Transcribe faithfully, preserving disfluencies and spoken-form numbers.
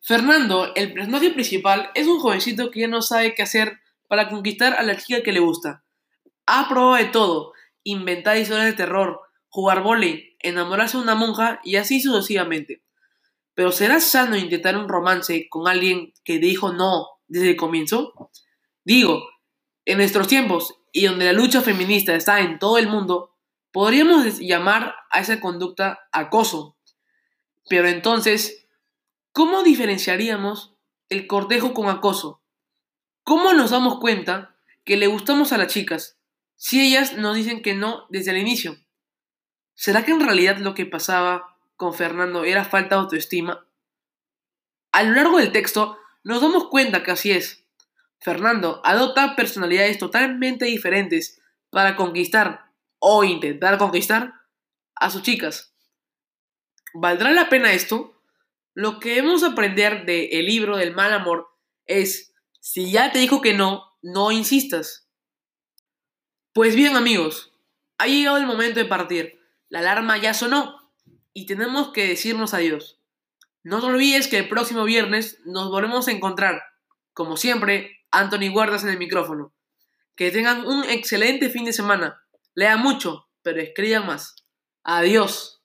Fernando, el personaje principal, es un jovencito que ya no sabe qué hacer para conquistar a la chica que le gusta. Ha probado de todo: inventar historias de terror, jugar vóley, enamorarse de una monja y así sucesivamente. Pero ¿será sano intentar un romance con alguien que dijo no desde el comienzo? Digo, en nuestros tiempos y donde la lucha feminista está en todo el mundo, podríamos llamar a esa conducta acoso. Pero entonces, ¿cómo diferenciaríamos el cortejo con acoso? ¿Cómo nos damos cuenta que le gustamos a las chicas si ellas nos dicen que no desde el inicio? ¿Será que en realidad lo que pasaba con Fernando era falta de autoestima? A lo largo del texto nos damos cuenta que así es. Fernando adopta personalidades totalmente diferentes para conquistar o intentar conquistar a sus chicas. ¿Valdrá la pena esto? Lo que debemos aprender del libro del mal amor es: si ya te dijo que no, no insistas. Pues bien, amigos, ha llegado el momento de partir. La alarma ya sonó y tenemos que decirnos adiós. No te olvides que el próximo viernes nos volvemos a encontrar. Como siempre, Anthony Guardas en el micrófono. Que tengan un excelente fin de semana. Lean mucho, pero escriban más. Adiós.